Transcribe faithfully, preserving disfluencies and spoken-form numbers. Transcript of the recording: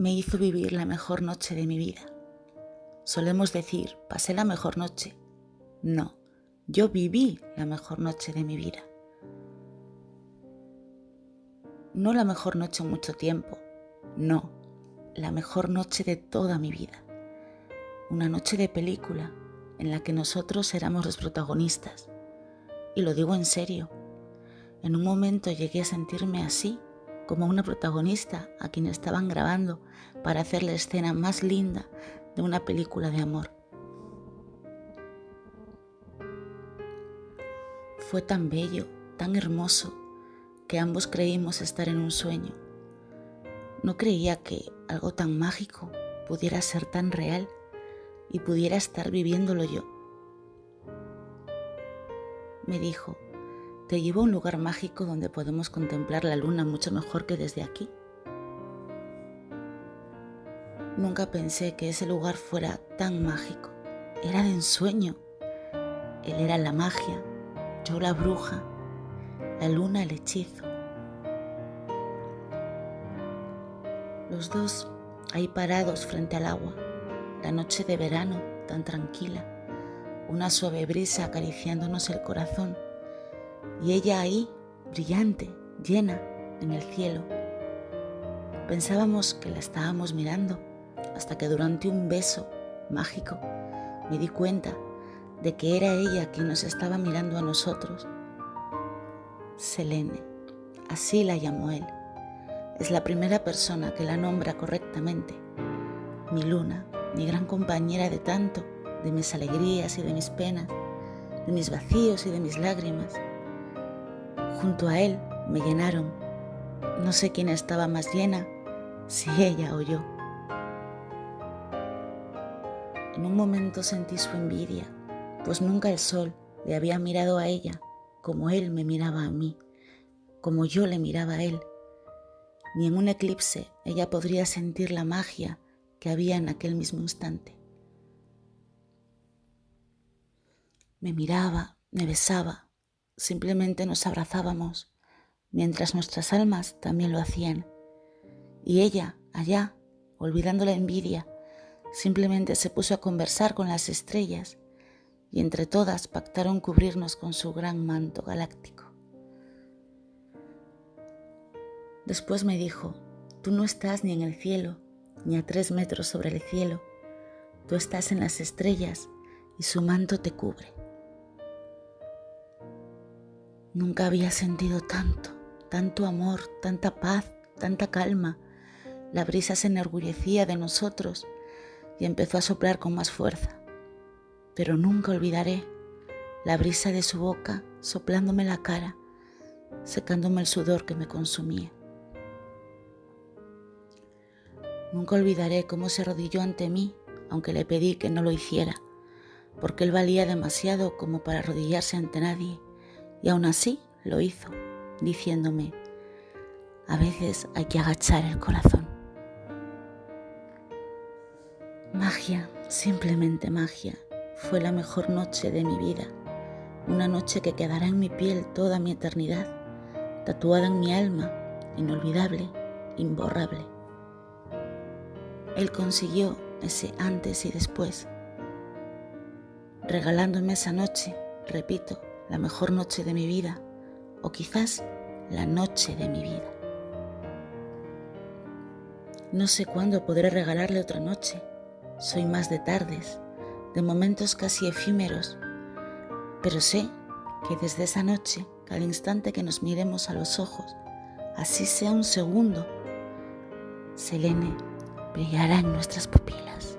me hizo vivir la mejor noche de mi vida. Solemos decir, pasé la mejor noche. No, yo viví la mejor noche de mi vida. No la mejor noche en mucho tiempo, no, la mejor noche de toda mi vida. Una noche de película en la que nosotros éramos los protagonistas. Y lo digo en serio. En un momento llegué a sentirme así, como una protagonista a quien estaban grabando para hacer la escena más linda de una película de amor. Fue tan bello, tan hermoso, que ambos creímos estar en un sueño. No creía que algo tan mágico pudiera ser tan real y pudiera estar viviéndolo yo. Me dijo, te llevo a un lugar mágico donde podemos contemplar la luna mucho mejor que desde aquí. Nunca pensé que ese lugar fuera tan mágico. Era de ensueño. Él era la magia, yo la bruja, la luna el hechizo. Los dos ahí parados frente al agua, la noche de verano tan tranquila, una suave brisa acariciándonos el corazón y ella ahí, brillante, llena, en el cielo. Pensábamos que la estábamos mirando hasta que durante un beso mágico me di cuenta de que era ella quien nos estaba mirando a nosotros. Selene, así la llamó él. Es la primera persona que la nombra correctamente. Mi luna, mi gran compañera de tanto, de mis alegrías y de mis penas, de mis vacíos y de mis lágrimas. Junto a él me llenaron. No sé quién estaba más llena, si ella o yo. En un momento sentí su envidia, pues nunca el sol le había mirado a ella como él me miraba a mí, como yo le miraba a él. Ni en un eclipse ella podría sentir la magia que había en aquel mismo instante. Me miraba, me besaba, simplemente nos abrazábamos, mientras nuestras almas también lo hacían. Y ella, allá, olvidando la envidia, simplemente se puso a conversar con las estrellas y entre todas pactaron cubrirnos con su gran manto galáctico. Después me dijo, tú no estás ni en el cielo, ni a tres metros sobre el cielo, tú estás en las estrellas y su manto te cubre. Nunca había sentido tanto, tanto amor, tanta paz, tanta calma. La brisa se enorgullecía de nosotros y empezó a soplar con más fuerza. Pero nunca olvidaré la brisa de su boca soplándome la cara, secándome el sudor que me consumía. Nunca olvidaré cómo se arrodilló ante mí, aunque le pedí que no lo hiciera, porque él valía demasiado como para arrodillarse ante nadie, y aún así lo hizo, diciéndome, a veces hay que agachar el corazón. Magia, simplemente magia, fue la mejor noche de mi vida, una noche que quedará en mi piel toda mi eternidad, tatuada en mi alma, inolvidable, imborrable. Él consiguió ese antes y después, regalándome esa noche, repito, la mejor noche de mi vida, o quizás la noche de mi vida. No sé cuándo podré regalarle otra noche. Soy más de tardes, de momentos casi efímeros, pero sé que desde esa noche, cada instante que nos miremos a los ojos, así sea un segundo, Selene brillará en nuestras pupilas.